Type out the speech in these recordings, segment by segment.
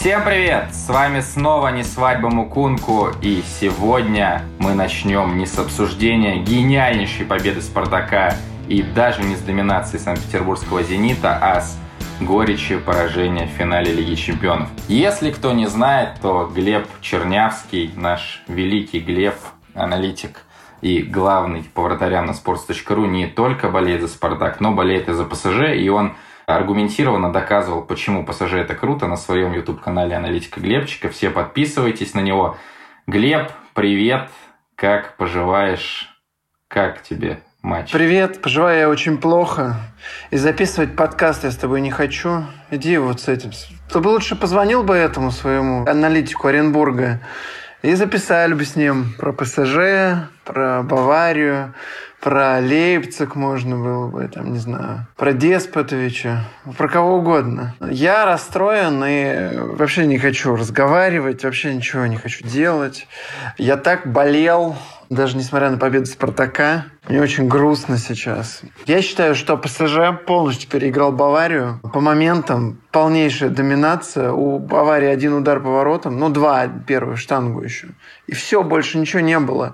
Всем привет! С вами снова «Не свадьба Мукунку», и сегодня мы начнем не с обсуждения гениальнейшей победы «Спартака» и даже не с доминации Санкт-Петербургского «Зенита», а с горечи поражения в финале Лиги Чемпионов. Если кто не знает, то Глеб Чернявский, наш великий Глеб, аналитик и главный по вратарям на sports.ru, не только болеет за «Спартак», но болеет и за ПСЖ, и он аргументированно доказывал, почему ПСЖ это круто на своем YouTube-канале аналитика Глебчика. Все подписывайтесь на него. Глеб, привет! Как поживаешь? Как тебе матч? Привет, поживаю я очень плохо. И записывать подкаст я с тобой не хочу. Иди вот с этим. Ты бы лучше позвонил бы этому своему аналитику Оренбурга и записали бы с ним про ПСЖ, про Баварию, про Лейпциг можно было бы, там, не знаю, про Деспотовича, про кого угодно. Я расстроен и вообще не хочу разговаривать, вообще ничего не хочу делать. Я так болел, даже несмотря на победу Спартака. Мне очень грустно сейчас. Я считаю, что ПСЖ полностью переиграл Баварию. По моментам полнейшая доминация. У Баварии один удар по воротам, два, первую штангу еще. И все, больше ничего не было.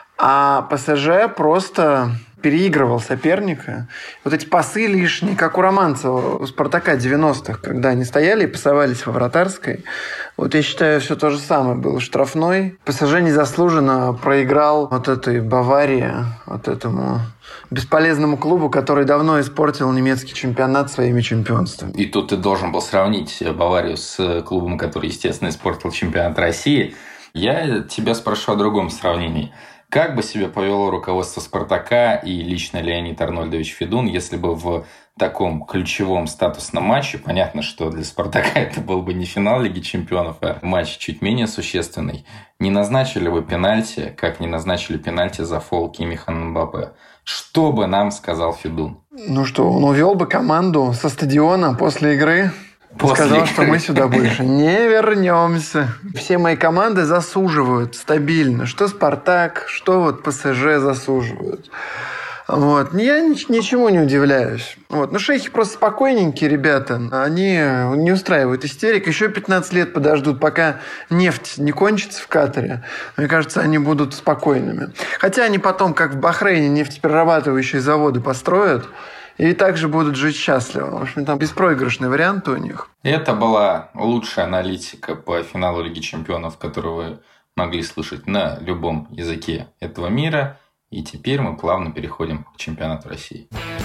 А ПСЖ просто переигрывал соперника. Вот эти пасы лишние, как у Романцева, у Спартака 90-х, когда они стояли и пасовались во вратарской. Вот я считаю, все то же самое было штрафной. ПСЖ незаслуженно проиграл вот этой Баварии, вот этому бесполезному клубу, который давно испортил немецкий чемпионат своими чемпионствами. И тут ты должен был сравнить Баварию с клубом, который, естественно, испортил чемпионат России. Я тебя спрошу о другом сравнении. Как бы себя повело руководство «Спартака» и лично Леонид Арнольдович Федун, если бы в таком ключевом статусном матче, понятно, что для «Спартака» это был бы не финал Лиги Чемпионов, а матч чуть менее существенный, не назначили бы пенальти, как не назначили пенальти за фол Киммиха на Мбаппе? Что бы нам сказал Федун? Он увел бы команду со стадиона после игры. Сказал, что мы сюда больше не вернемся. Все мои команды засуживают стабильно. Что «Спартак», что вот ПСЖ засуживают. Вот. Я ничему не удивляюсь. Шейхи просто спокойненькие ребята. Они не устраивают истерик. Еще 15 лет подождут, пока нефть не кончится в Катаре. Мне кажется, они будут спокойными. Хотя они потом, как в Бахрейне, нефтеперерабатывающие заводы построят. И также будут жить счастливо. В общем, там беспроигрышный вариант у них. Это была лучшая аналитика по финалу Лиги Чемпионов, которую вы могли слышать на любом языке этого мира. И теперь мы плавно переходим к чемпионату России.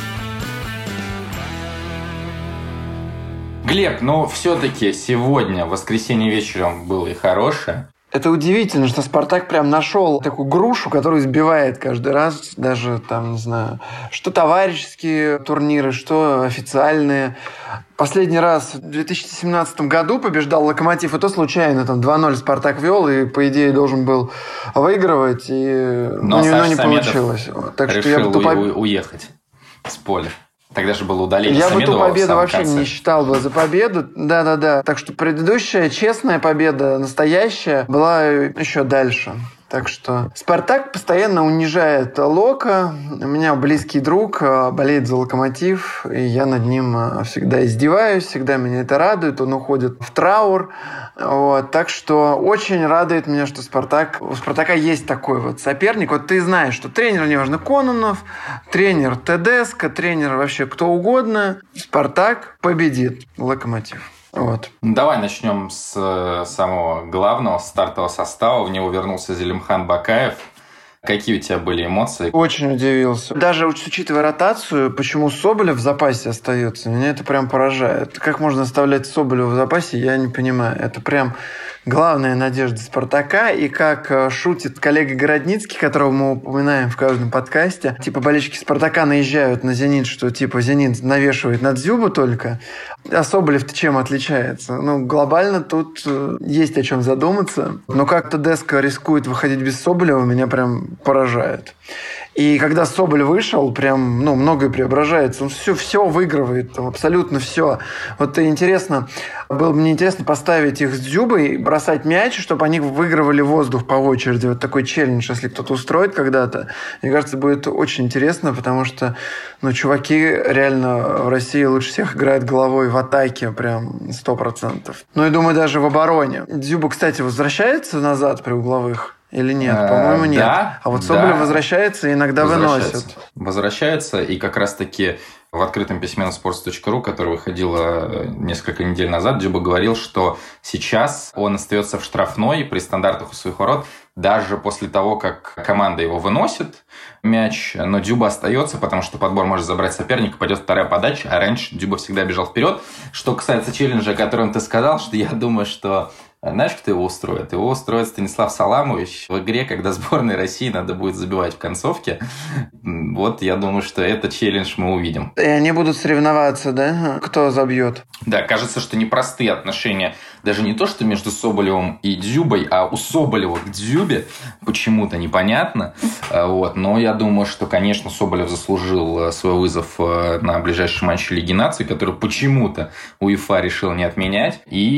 Глеб, все-таки сегодня, в воскресенье вечером, было и хорошее. Это удивительно, что «Спартак» прям нашел такую грушу, которую сбивает каждый раз. Даже, не знаю, что товарищеские турниры, что официальные. Последний раз в 2017 году побеждал «Локомотив», и то случайно. 2-0 «Спартак» вел, и, по идее, должен был выигрывать, но не получилось. Так что я уехать с поля. Тогда же было удаление Самедова. Я бы ту победу вообще конце не считал бы за победу. Да. Так что предыдущая честная победа, настоящая, была еще дальше. Так что «Спартак» постоянно унижает Лока. У меня близкий друг болеет за «Локомотив», и я над ним всегда издеваюсь, всегда меня это радует. Он уходит в траур. Так что очень радует меня, что у «Спартака» есть такой вот соперник. Ты знаешь, что тренер, неважно, Кононов, тренер Тедеско, тренер вообще кто угодно. «Спартак» победит «Локомотив». Давай начнем с самого главного, стартового состава. В него вернулся Зелимхан Бакаев. Какие у тебя были эмоции? Очень удивился. Даже учитывая ротацию, почему Соболев в запасе остается, меня это прям поражает. Как можно оставлять Соболева в запасе, я не понимаю. Это прям главная надежда «Спартака». И как шутит коллега Городницкий, которого мы упоминаем в каждом подкасте, болельщики «Спартака» наезжают на «Зенит», что «Зенит» навешивает на Дзюбу только. А Соболев-то чем отличается? Глобально тут есть о чем задуматься. Но как Тедеско рискует выходить без Соболева, меня прям поражает. И когда Соболь вышел, прям, многое преображается. Он все выигрывает, там, абсолютно все. Вот интересно, было бы мне интересно поставить их с Дзюбой, бросать мяч, чтобы они выигрывали воздух по очереди. Вот такой челлендж, если кто-то устроит когда-то. Мне кажется, будет очень интересно, потому что, чуваки реально в России лучше всех играют головой в атаке, прям 100%. И думаю, даже в обороне. Дзюба, кстати, возвращается назад при угловых? Или нет? По-моему, нет. Да, а вот Соболев возвращается и иногда выносит. Возвращается, и как раз-таки в открытом письме на sports.ru, которое выходило несколько недель назад, Дзюба говорил, что сейчас он остается в штрафной при стандартах у своих ворот, даже после того, как команда его выносит мяч, но Дзюба остается, потому что подбор может забрать соперника, пойдет вторая подача, а раньше Дзюба всегда бежал вперед. Что касается челленджа, о котором ты сказал, что я думаю, что знаешь, кто его устроит? Его устроит Станислав Саламович в игре, когда сборной России надо будет забивать в концовке. Вот я думаю, что этот челлендж мы увидим. И они будут соревноваться, да? Кто забьет? Да, кажется, что непростые отношения. Даже не то, что между Соболевым и Дзюбой, а у Соболева к Дзюбе почему-то непонятно. Но я думаю, что, конечно, Соболев заслужил свой вызов на ближайший матч Лиги Наций, который почему-то УЕФА решил не отменять.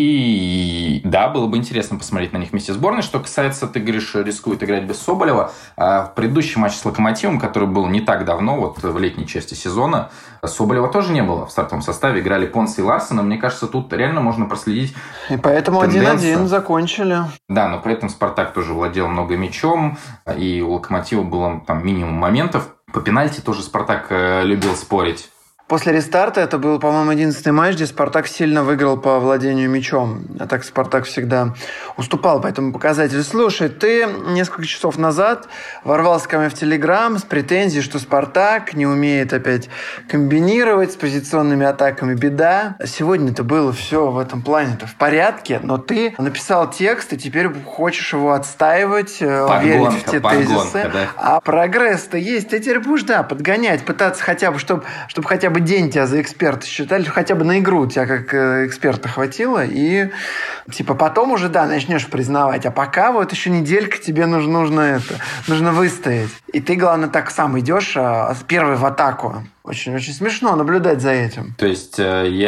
И да, было бы интересно посмотреть на них вместе с сборной. Что касается, ты говоришь, рискует играть без Соболева. В предыдущем матче с Локомотивом, который был не так давно, вот в летней части сезона, Соболева тоже не было в стартовом составе. Играли Понсе и Ларсен. Мне кажется, тут реально можно проследить. И поэтому 1-1 закончили. Да, но при этом Спартак тоже владел много мячом, и у Локомотива было там минимум моментов. По пенальти тоже Спартак любил спорить. После рестарта это был, по-моему, 11-й матч, где Спартак сильно выиграл по владению мячом. А так Спартак всегда уступал по этому показателю. Слушай, ты несколько часов назад ворвался ко мне в Телеграм с претензией, что Спартак не умеет опять комбинировать с позиционными атаками. Беда. Сегодня-то было все в этом плане-то в порядке, но ты написал текст, и теперь хочешь его отстаивать, верить в те тезисы. Да? А прогресс-то есть. Ты теперь будешь, подгонять, пытаться хотя бы, чтобы хотя бы день тебя за эксперта считали, хотя бы на игру тебя как эксперта хватило, и потом уже, начнешь признавать, а пока вот еще неделька тебе нужно выстоять. И ты, главное, так сам идешь первый в атаку. Очень-очень смешно наблюдать за этим. То есть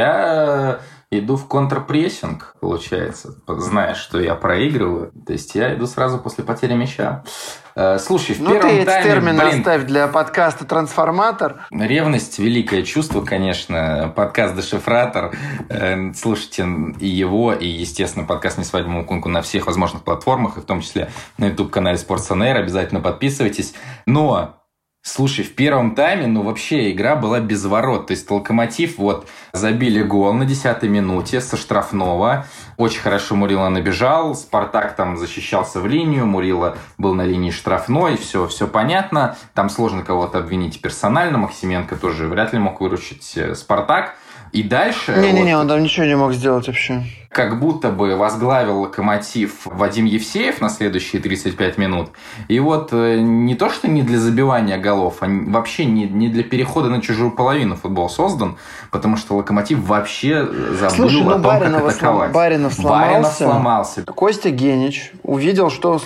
я иду в контрпрессинг, получается, зная, что я проигрываю. То есть я иду сразу после потери мяча. Слушай, в первом тайме... ты эти термины оставь для подкаста «Трансформатор». Ревность – великое чувство, конечно. Подкаст «Дешифратор». Слушайте и его, и, естественно, подкаст «Не свадьбому кунку» на всех возможных платформах, и в том числе на YouTube-канале Sports on Air. Обязательно подписывайтесь. Но... Слушай, в первом тайме, вообще игра была без ворот. То есть Локомотив забили гол на 10-й минуте со штрафного. Очень хорошо Мурила набежал. Спартак там защищался в линию. Мурила был на линии штрафной. Все понятно. Там сложно кого-то обвинить персонально. Максименко тоже вряд ли мог выручить Спартак. И дальше... Не-не-не, он там ничего не мог сделать вообще. Как будто бы возглавил Локомотив Вадим Евсеев на следующие 35 минут. И не то, что не для забивания голов, а вообще не для перехода на чужую половину футбол создан, потому что Локомотив вообще забыл о том, как атаковать. Баринов сломался. Костя Генич увидел, что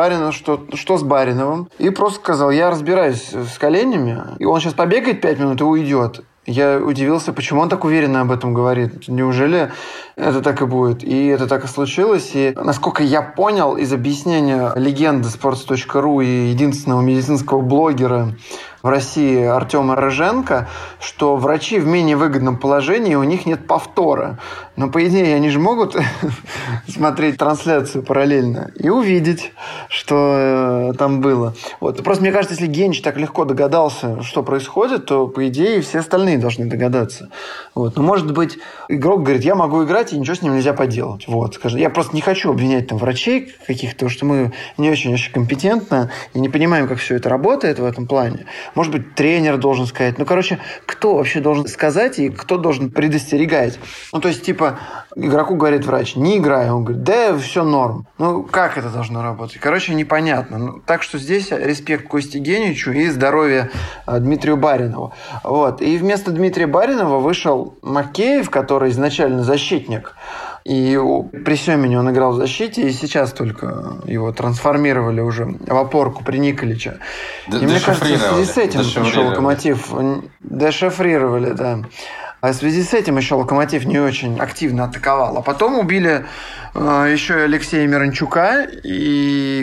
с Бариновым, и просто сказал, я разбираюсь с коленями, и он сейчас побегает 5 минут и уйдет. Я удивился, почему он так уверенно об этом говорит. Неужели это так и будет? И это так и случилось. И, насколько я понял из объяснения легенды sports.ru и единственного медицинского блогера в России Артема Рыженко, что врачи в менее выгодном положении, у них нет повтора. Но, по идее, они же могут смотреть трансляцию параллельно и увидеть, что там было. Просто мне кажется, если Генич так легко догадался, что происходит, то, по идее, все остальные должны догадаться. Но, может быть, игрок говорит, я могу играть, и ничего с ним нельзя поделать. Скажем, я просто не хочу обвинять там врачей каких-то, потому что мы не очень-очень компетентны и не понимаем, как все это работает в этом плане. Может быть, тренер должен сказать. Кто вообще должен сказать и кто должен предостерегать? То есть, игроку говорит врач, не играй. Он говорит, да, все норм. Как это должно работать? Непонятно. Так что здесь респект Косте Геничу и здоровье Дмитрию Баринову. И вместо Дмитрия Баринова вышел Макеев, который изначально защитник. При Семене он играл в защите, и сейчас только его трансформировали уже в опорку при Николиче. И мне кажется, в связи с этим еще Локомотив дешифрировали, да. А в связи с этим еще Локомотив не очень активно атаковал. А потом убили еще и Алексея Миранчука, и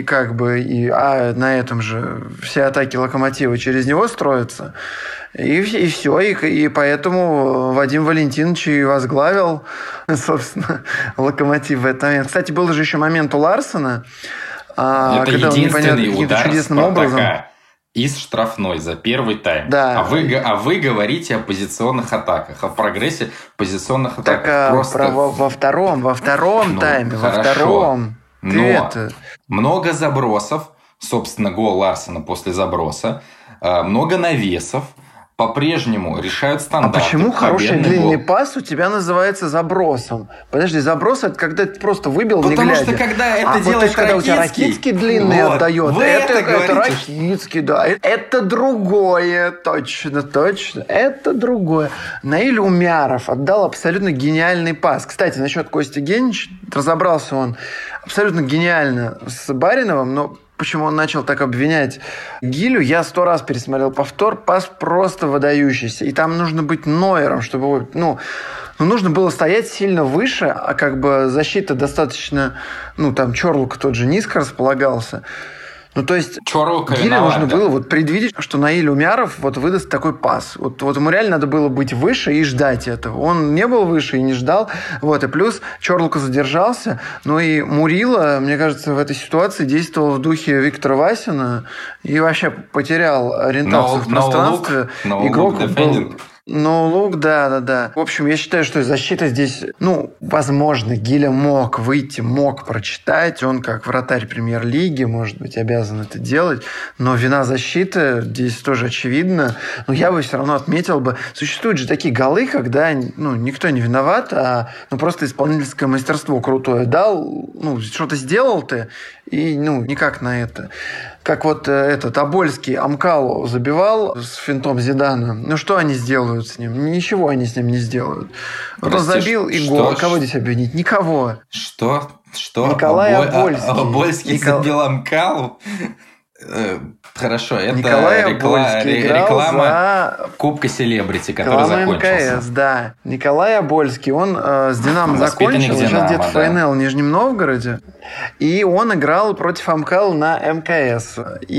на этом же все атаки Локомотива через него строятся. И все. И поэтому Вадим Валентинович и возглавил, собственно, Локомотив в этот момент. Кстати, был же еще момент у Ларсена, это когда он непонятно каким-то чудесным образом... из штрафной за первый тайм. Да. А вы говорите о позиционных атаках, о прогрессе позиционных атак. Так во втором тайме, хорошо. во втором. Но много забросов, собственно, гол Ларсена после заброса, много навесов, по-прежнему решают стандарты. А почему хороший длинный пас у тебя называется забросом? Подожди, заброс – это когда ты просто выбил, не глядя. Потому что когда это делает вот, когда у тебя Ракицкий длинный отдает, это Ракицкий, да. Это другое, точно. Это другое. Наиль Умяров отдал абсолютно гениальный пас. Кстати, насчет Кости Генича, разобрался он абсолютно гениально с Бариновым, но почему он начал так обвинять Гилю, я 100 раз пересмотрел повтор, пас просто выдающийся. И там нужно быть Нойером, чтобы... нужно было стоять сильно выше, а защита достаточно... там Чорлук тот же низко располагался. То есть Гиле нужно было предвидеть, что Наиль Умяров выдаст такой пас. Вот ему реально надо было быть выше и ждать этого. Он не был выше и не ждал. И плюс Чорлука задержался. И Мурила, мне кажется, в этой ситуации действовал в духе Виктора Васина и вообще потерял ориентацию в пространстве. Игрок был... лук, да. В общем, я считаю, что защита здесь... возможно, Гиля мог выйти, мог прочитать. Он, как вратарь премьер-лиги, может быть, обязан это делать. Но вина защиты здесь тоже очевидна. Но я бы все равно отметил бы... Существуют же такие голы, когда никто не виноват, а просто исполнительское мастерство крутое дал. Что-то сделал ты, и никак на это. Как Тобольский Амкалу забивал с финтом Зидана. Что они сделают с ним? Ничего они с ним не сделают. Он забил и гол. Кого здесь обвинить? Никого. Что? Николай Обольский. Обольский забил Амкалу? Хорошо, это реклама за... Кубка Селебрити, который закончился. МКС, да. Николай Обольский, он с «Динамо» закончил, сейчас где-то в ФНЛ в Нижнем Новгороде. И он играл против Амкала на МКС.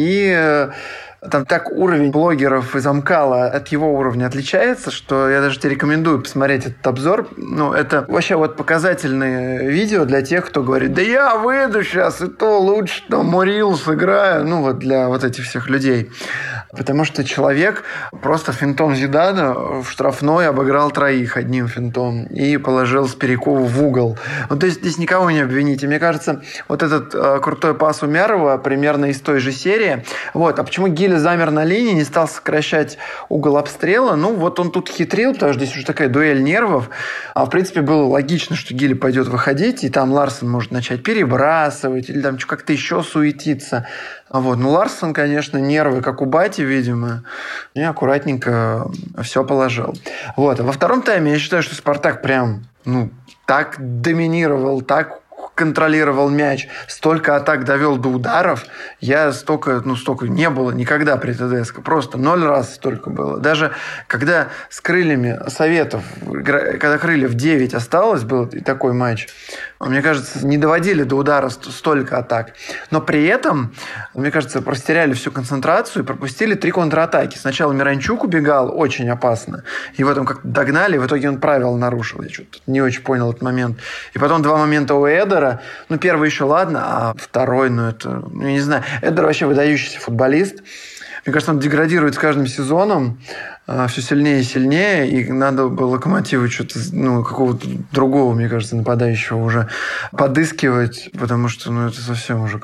И там так уровень блогеров из Амкала от его уровня отличается, что я даже тебе рекомендую посмотреть этот обзор. Это вообще показательное видео для тех, кто говорит: да я выйду сейчас, и то лучше Мурил сыграю. Для этих всех людей. Потому что человек просто финтом Зидана в штрафной обыграл 3 одним финтом и положил Спирякову в угол. То есть здесь никого не обвините. Мне кажется, этот крутой пас Умярова примерно из той же серии. А почему Гиля замер на линии, не стал сокращать угол обстрела? Он тут хитрил, потому что здесь уже такая дуэль нервов. А в принципе было логично, что Гиля пойдет выходить, и там Ларсен может начать перебрасывать или там как-то еще суетиться. Ларсен, конечно, нервы, как у Бати, видимо, и аккуратненько все положил. А во втором тайме я считаю, что Спартак прям, так доминировал, так контролировал мяч, столько атак довел до ударов, я столько не было никогда при ТДСК. Просто 0 раз столько было. Даже когда с крыльями Советов, когда крыльев 9 осталось, был и такой матч, мне кажется, не доводили до удара столько атак. Но при этом, мне кажется, растеряли всю концентрацию и пропустили 3 контратаки. Сначала Миранчук убегал, очень опасно. Его там как-то догнали, в итоге он правила нарушил. Я что-то не очень понял этот момент. И потом 2 момента у Эдера. Первый еще ладно, а второй, я не знаю. Эдер вообще выдающийся футболист. Мне кажется, он деградирует с каждым сезоном все сильнее и сильнее, и надо было Локомотиву что-то, какого-то другого, мне кажется, нападающего уже подыскивать, потому что, это совсем уже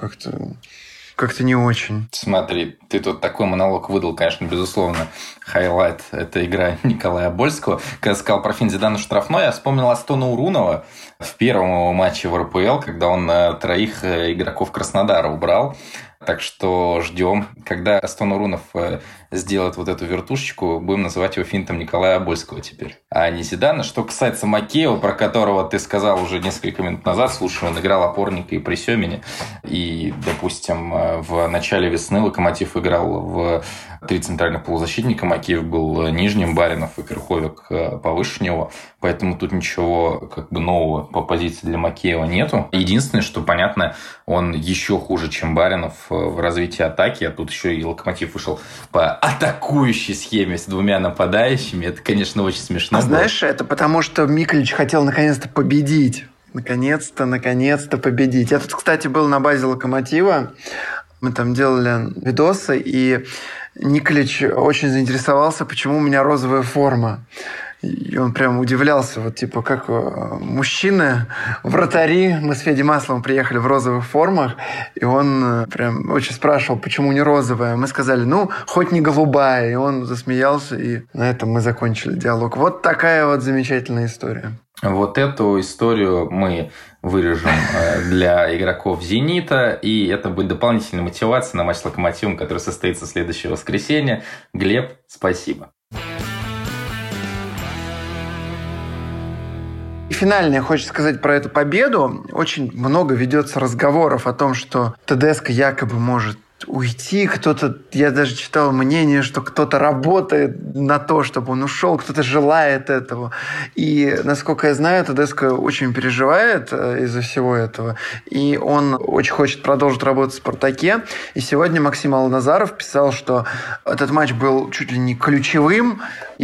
как-то не очень. Смотри, ты тут такой монолог выдал, конечно, безусловно, хайлайт. Это игра Николая Обольского. Когда сказал про Зидана штрафной, я вспомнил Астона Урунова в первом матче в РПЛ, когда он 3 игроков Краснодара убрал. Так что ждем, когда Астон Урунов сделает вот эту вертушечку, будем называть его финтом Николая Обольского теперь, а не Зидана. Что касается Макеева, про которого ты сказал уже несколько минут назад, слушай, он играл опорника и при Семене, и, допустим, в начале весны Локомотив играл в 3 центральных полузащитника, Макеев был нижним, Баринов и Крыховик повыше него, поэтому тут ничего как бы нового по позиции для Макеева нету. Единственное, что понятно, он еще хуже, чем Баринов в развитии атаки, а тут еще и Локомотив вышел по атакующей схеме с 2 нападающими. Это, конечно, очень смешно. Знаешь, это потому, что Миклич хотел наконец-то победить. Наконец-то победить. Я тут, кстати, был на базе Локомотива. Мы там делали видосы, и Николич очень заинтересовался, почему у меня розовая форма. И он прям удивлялся, вот типа как мужчины, вратари, мы с Федей Масловым приехали в розовых формах, и он прям очень спрашивал, почему не розовая. Мы сказали, хоть не голубая, и он засмеялся, и на этом мы закончили диалог. Вот такая вот замечательная история. Вот эту историю мы вырежем для игроков «Зенита», и это будет дополнительная мотивация на матч с «Локомотивом», который состоится в следующее воскресенье. Глеб, спасибо. Финальное хочется сказать про эту победу. Очень много ведется разговоров о том, что ТДСК якобы может уйти. Кто-то, я даже читал мнение, что кто-то работает на то, чтобы он ушел, кто-то желает этого. И, насколько я знаю, ТДСК очень переживает из-за всего этого. И он очень хочет продолжить работать в «Спартаке». И сегодня Максим Алназаров писал, что этот матч был чуть ли не ключевым,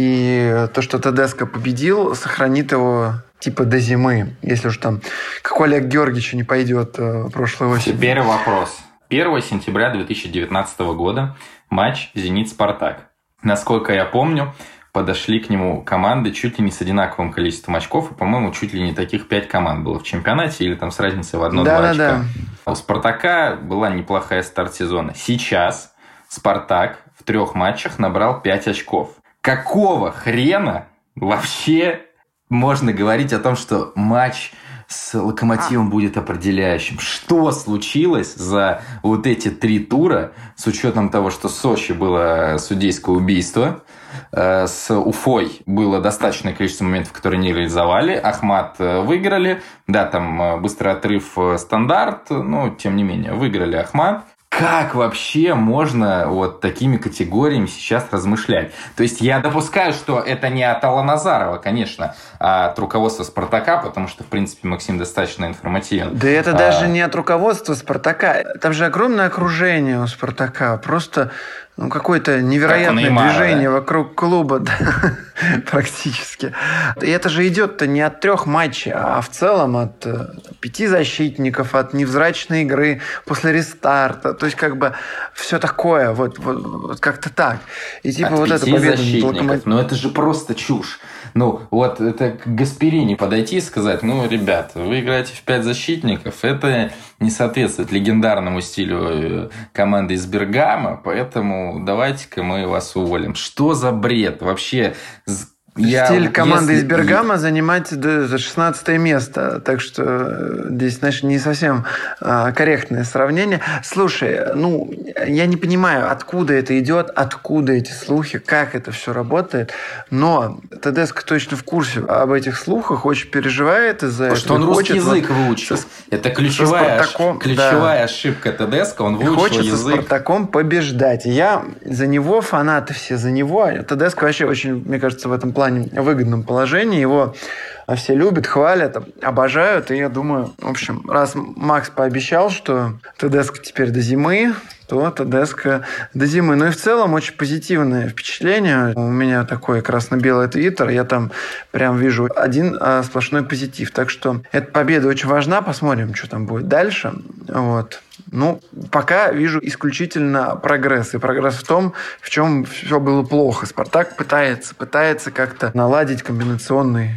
и то, что ТДСК победил, сохранит его типа до зимы, если уж там как у Олега Георгиевича не пойдет прошлой осенью. Теперь вопрос. 1 сентября 2019 года матч «Зенит-Спартак». Насколько я помню, подошли к нему команды чуть ли не с одинаковым количеством очков, и, по-моему, чуть ли не таких 5 команд было в чемпионате, или там с разницей в 1-2 очка. У «Спартака» была неплохая старт сезона. Сейчас «Спартак» в 3 матчах набрал 5 очков. Какого хрена вообще можно говорить о том, что матч с «Локомотивом» будет определяющим? Что случилось за вот эти 3 тура, с учетом того, что в Сочи было судейское убийство, с Уфой было достаточное количество моментов, которые не реализовали, Ахмат выиграли, да, там быстрый отрыв, стандарт, но тем не менее выиграли Ахмат. Как вообще можно вот такими категориями сейчас размышлять? То есть я допускаю, что это не от Аланазарова, конечно, а от руководства «Спартака», потому что, в принципе, Максим достаточно информативен. Да это даже не от руководства «Спартака». Там же огромное окружение у «Спартака». Просто какое-то невероятное движение, да? Вокруг клуба, да, практически. И это же идет-то не от 3 матчей, а в целом от 5 защитников, от невзрачной игры после рестарта. То есть как бы все такое, вот как-то так. И типа от вот 5 эта победа защитников, но это же просто чушь. Вот это к Гасперини подойти и сказать, ребят, вы играете в 5 защитников, это не соответствует легендарному стилю команды из Бергамо, поэтому давайте-ка мы вас уволим. Что за бред вообще? Стиль команды из Бергамо занимать за 16 место. Так что здесь, знаешь, не совсем корректное сравнение. Слушай, я не понимаю, откуда это идет, откуда эти слухи, как это все работает. Но ТДСК точно в курсе об этих слухах, очень переживает из-за этого. Что он русский язык выучил. Это ключевая ошибка ТДСК, он выучил хочет язык. Хочет со «Спартаком» побеждать. Я за него, фанаты все за него. ТДСК вообще очень, мне кажется, в этом плане в выгодном положении. Его все любят, хвалят, обожают. И я думаю, в общем, раз Макс пообещал, что ТДСК теперь до зимы, то ТДСК до зимы. И в целом очень позитивное впечатление. У меня такой красно-белый твиттер. Я там прям вижу один сплошной позитив. Так что эта победа очень важна. Посмотрим, что там будет дальше. Вот. Пока вижу исключительно прогресс. И прогресс в том, в чем все было плохо. «Спартак» пытается как-то наладить комбинационный,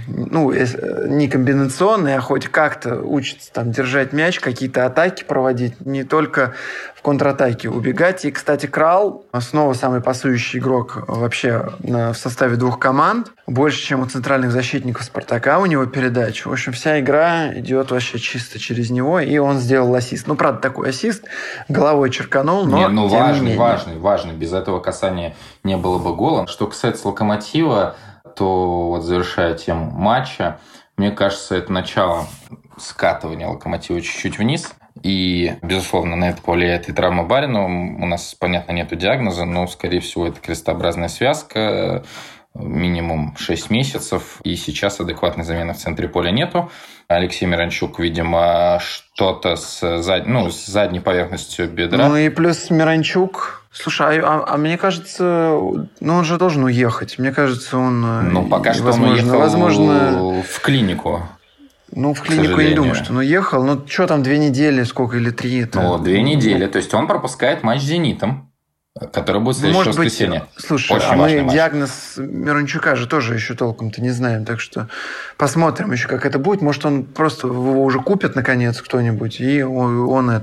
не комбинационный, а хоть как-то учится там держать мяч, какие-то атаки проводить, не только в контратаке убегать. И, кстати, Крал снова самый пасующий игрок вообще в составе 2 команд. Больше, чем у центральных защитников «Спартака» у него передач. В общем, вся игра идет вообще чисто через него, и он сделал ассист. ассист. Ну, правда, такой ассист, головой черканул, но... Важный. Без этого касания не было бы гола. Что касается «Локомотива», то вот завершая тему матча, мне кажется, это начало скатывания «Локомотива» чуть-чуть вниз. И, безусловно, на это повлияет и травма Барина. У нас, понятно, нет диагноза, но, скорее всего, это крестообразная связка, минимум 6 месяцев. И сейчас адекватной замены в центре поля нету. Алексей Миранчук, видимо, что-то с задней поверхностью бедра. Ну и плюс Миранчук... Слушай, а мне кажется, он же должен уехать. Мне кажется, он... пока что он уехал в клинику. В клинику я не думаю, что он уехал. Ну, что там, 2 недели, сколько, или 3? 2 недели. То есть, он пропускает матч с «Зенитом», который будет в следующее воскресенье. Слушай, мы диагноз Миранчука же тоже еще толком-то не знаем, так что посмотрим еще, как это будет. Может, он просто его уже купит, наконец, кто-нибудь, и он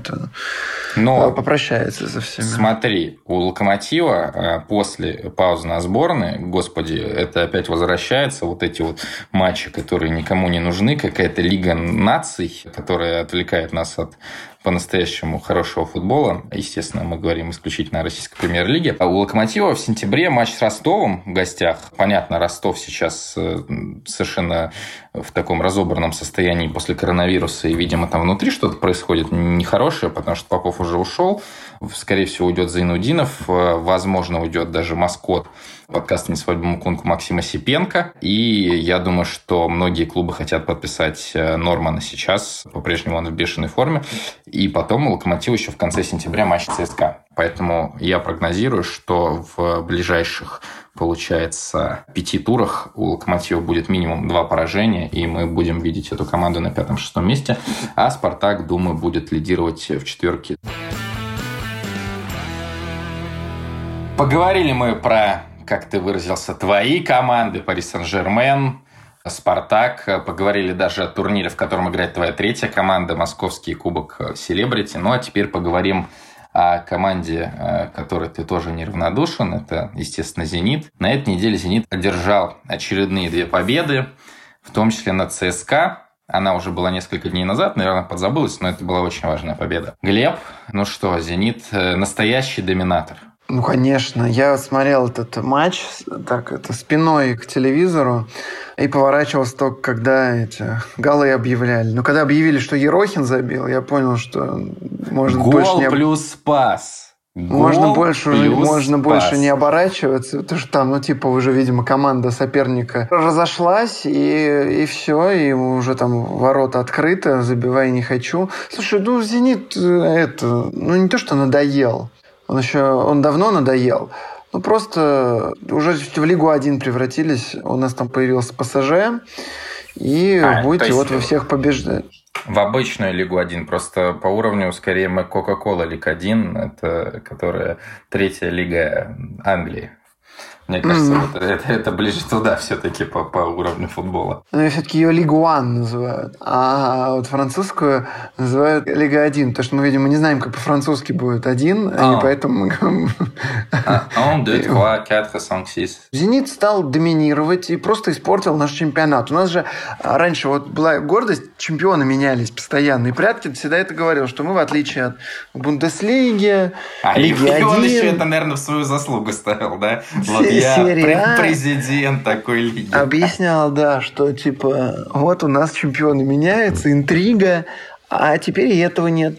попрощается со всеми. Смотри, у «Локомотива» после паузы на сборной, господи, это опять возвращается, вот эти вот матчи, которые никому не нужны, какая-то лига наций, которая отвлекает нас от по-настоящему хорошего футбола. Естественно, мы говорим исключительно о российской премьер-лиге. А у «Локомотива» в сентябре матч с Ростовом в гостях. Понятно, Ростов сейчас совершенно в таком разобранном состоянии после коронавируса, и, видимо, там внутри что-то происходит нехорошее, потому что Попов уже ушел. Скорее всего, уйдет Зайнудинов, возможно, уйдет даже маскот подкаста «Не свадьбому кунку» Максим Осипенко. И я думаю, что многие клубы хотят подписать Нормана сейчас. По-прежнему он в бешеной форме. И потом у «Локомотива» еще в конце сентября матч ЦСКА. Поэтому я прогнозирую, что в ближайших, получается, 5 турах у «Локомотива» будет минимум 2 поражения, и мы будем видеть эту команду на 5-6 месте. А «Спартак», думаю, будет лидировать в четверке. Поговорили мы про, как ты выразился, твои команды, Пари Сен-Жермен, Спартак. Поговорили даже о турнире, в котором играет твоя 3-я команда, Московский кубок Селебрити. Ну, а теперь поговорим о команде, которой ты тоже неравнодушен. Это, естественно, «Зенит». На этой неделе «Зенит» одержал очередные 2 победы, в том числе над ЦСКА. Она уже была несколько дней назад, наверное, подзабылась, но это была очень важная победа. Глеб, ну что, «Зенит» настоящий доминатор. Ну, конечно. Я смотрел этот матч спиной к телевизору и поворачивался только, когда эти голы объявляли. Но когда объявили, что Ерохин забил, я понял, что можно больше не... плюс пас. Можно больше не оборачиваться, потому что там, уже, видимо, команда соперника разошлась, и все, и уже там ворота открыты, забивай не хочу. Слушай, «Зенит» не то, что надоел. Он давно надоел. Просто уже в Лигу 1 превратились. У нас там появился ПСЖ. И будете во всех побеждать. В обычную Лигу 1. Просто по уровню скорее мы Кока-Кола Лиг 1. Это которая 3-я лига Англии. Мне кажется, это ближе туда все-таки по уровню футбола. Но все-таки ее Лигу 1 называют. А вот французскую называют Лига 1. Потому что мы, видимо, не знаем, как по-французски будет 1. И поэтому... 1, 2, 3, 4, 5, 6. «Зенит» стал доминировать и просто испортил наш чемпионат. У нас же раньше была гордость, чемпионы менялись постоянно. И Пряткин всегда это говорил, что мы, в отличие от Бундеслиги, Лиги 1... он еще это, наверное, в свою заслугу ставил, да? Я президент такой лиги. Объяснял, да, что вот у нас чемпионы меняются, интрига, а теперь и этого нет.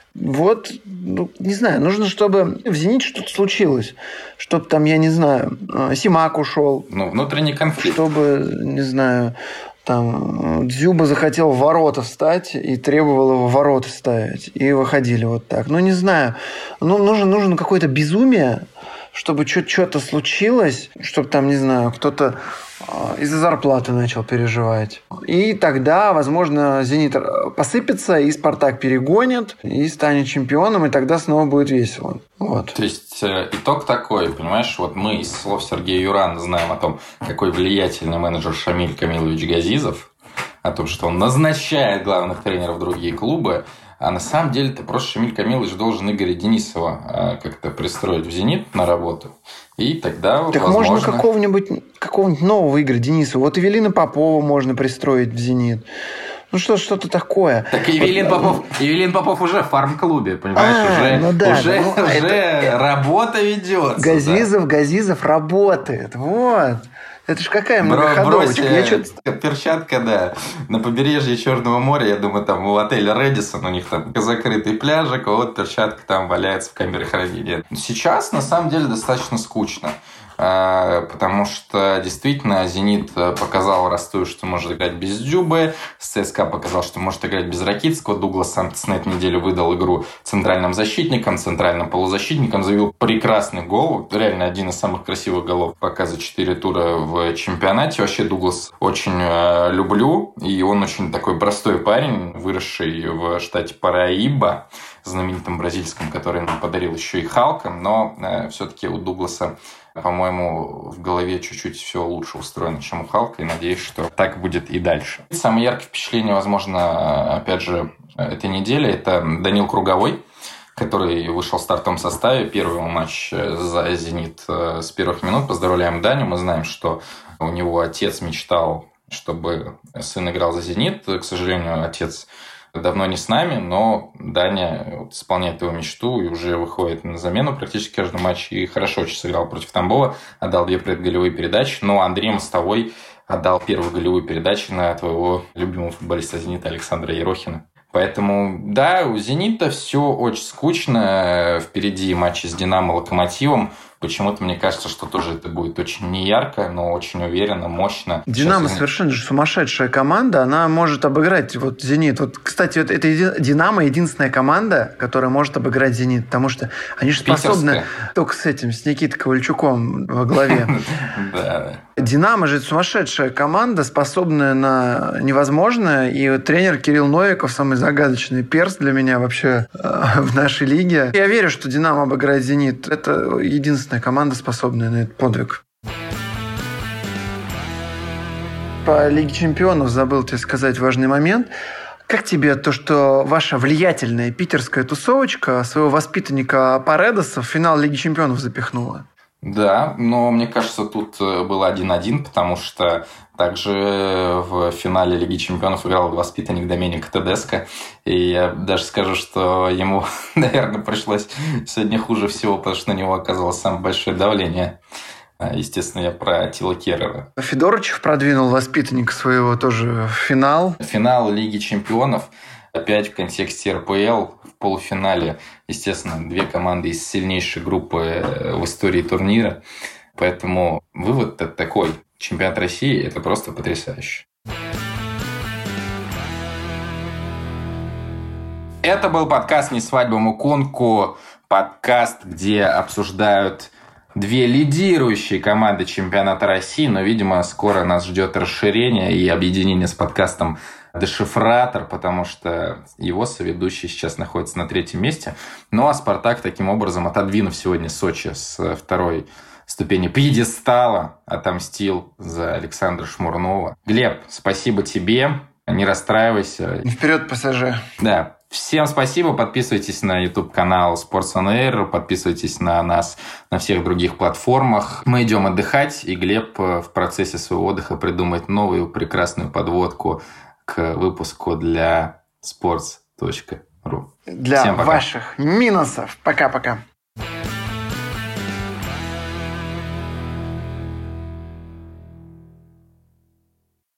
Не знаю, нужно, чтобы в «Зените» что-то случилось. Чтобы там, я не знаю, Симак ушел. Внутренний конфликт. Чтобы, не знаю, там Дзюба захотел в ворота встать и требовал его в ворота ставить. И выходили вот так. Не знаю. Нужно какое-то безумие, чтобы что-то случилось, чтобы там, не знаю, кто-то из-за зарплаты начал переживать. И тогда, возможно, «Зенит» посыпется, и «Спартак» перегонит, и станет чемпионом, и тогда снова будет весело. То есть, итог такой, понимаешь, мы из слов Сергея Юрана знаем о том, какой влиятельный менеджер Шамиль Камилович Газизов, о том, что он назначает главных тренеров в другие клубы. А на самом деле-то просто Шамиль Камилович должен Игоря Денисова как-то пристроить в «Зенит» на работу. И тогда, так возможно... можно какого-нибудь нового Игоря Денисова. Эвелина Попова можно пристроить в «Зенит». Ну что-то такое. Так Евелин Попов уже в фарм-клубе, понимаешь? Уже работа ведется. Газизов работает. Вот. Это ж какая многоходовочка. Перчатка, да. На побережье Черного моря, я думаю, там у отеля Рэдисон, у них там закрытый пляжик, а вот перчатка там валяется в камере хранения. Сейчас, на самом деле, достаточно скучно. Потому что действительно «Зенит» показал Ростову, что может играть без Дзюбы, ЦСКА показал, что может играть без Ракитского, Дуглас Сантос на этой неделе выдал игру центральным защитникам, центральным полузащитникам, забил прекрасный гол, реально один из самых красивых голов пока за 4 тура в чемпионате. Вообще Дуглас очень люблю, и он очень такой простой парень, выросший в штате Параиба, знаменитом бразильском, который нам подарил еще и Халка, но все-таки у Дугласа, по-моему, в голове чуть-чуть все лучше устроено, чем у Халка, и надеюсь, что так будет и дальше. Самое яркое впечатление, возможно, опять же, этой недели, это Данил Круговой, который вышел в стартовом составе. Первый матч за «Зенит» с первых минут. Поздравляем Даню. Мы знаем, что у него отец мечтал, чтобы сын играл за «Зенит». К сожалению, отец давно не с нами, но Даня исполняет его мечту и уже выходит на замену практически каждый матч. И хорошо очень сыграл против Тамбова, отдал 2 предголевые передачи. Но Андрей Мостовой отдал первую голевую передачу на твоего любимого футболиста «Зенита» Александра Ерохина. Поэтому, да, у «Зенита» все очень скучно. Впереди матчи с «Динамо», «Локомотивом». Почему-то мне кажется, что тоже это будет очень неярко, но очень уверенно, мощно. «Динамо» совершенно же сумасшедшая команда. Она может обыграть вот «Зенит». Вот, кстати, вот это «Динамо» единственная команда, которая может обыграть «Зенит». Потому что они же способны только с Никитой Ковальчуком во главе. Да. «Динамо» же сумасшедшая команда, способная на невозможное. И тренер Кирилл Новиков, самый загадочный перс для меня вообще в нашей лиге. Я верю, что «Динамо» обыграет «Зенит». Это единственная команда, способная на этот подвиг. По Лиге чемпионов забыл тебе сказать важный момент. Как тебе то, что ваша влиятельная питерская тусовочка своего воспитанника Паредоса в финал Лиги чемпионов запихнула? Да, но мне кажется, тут было 1-1, потому что также в финале Лиги чемпионов играл воспитанник Доменика Тедеско. И я даже скажу, что ему, наверное, пришлось сегодня хуже всего, потому что на него оказалось самое большое давление. Естественно, я про Атила Керрера. Федорычев продвинул воспитанника своего тоже в финал. Финал Лиги чемпионов. Опять в контексте РПЛ в полуфинале, естественно, 2 команды из сильнейшей группы в истории турнира. Поэтому вывод такой. Чемпионат России – это просто потрясающе. Это был подкаст «Не свадьба Мукунку». Подкаст, где обсуждают 2 лидирующие команды чемпионата России. Но, видимо, скоро нас ждет расширение и объединение с подкастом «Дешифратор», потому что его соведущий сейчас находится на 3-м месте. Ну а «Спартак», таким образом, отодвинув сегодня Сочи с 2-й ступени пьедестала, отомстил за Александра Шмурнова. Глеб, спасибо тебе. Не расстраивайся. Вперед, ПСЖ. Да. Всем спасибо. Подписывайтесь на YouTube-канал Sports on Air. Подписывайтесь на нас на всех других платформах. Мы идем отдыхать, и Глеб в процессе своего отдыха придумает новую прекрасную подводку к выпуску для sports.ru. Для ваших минусов. Пока-пока.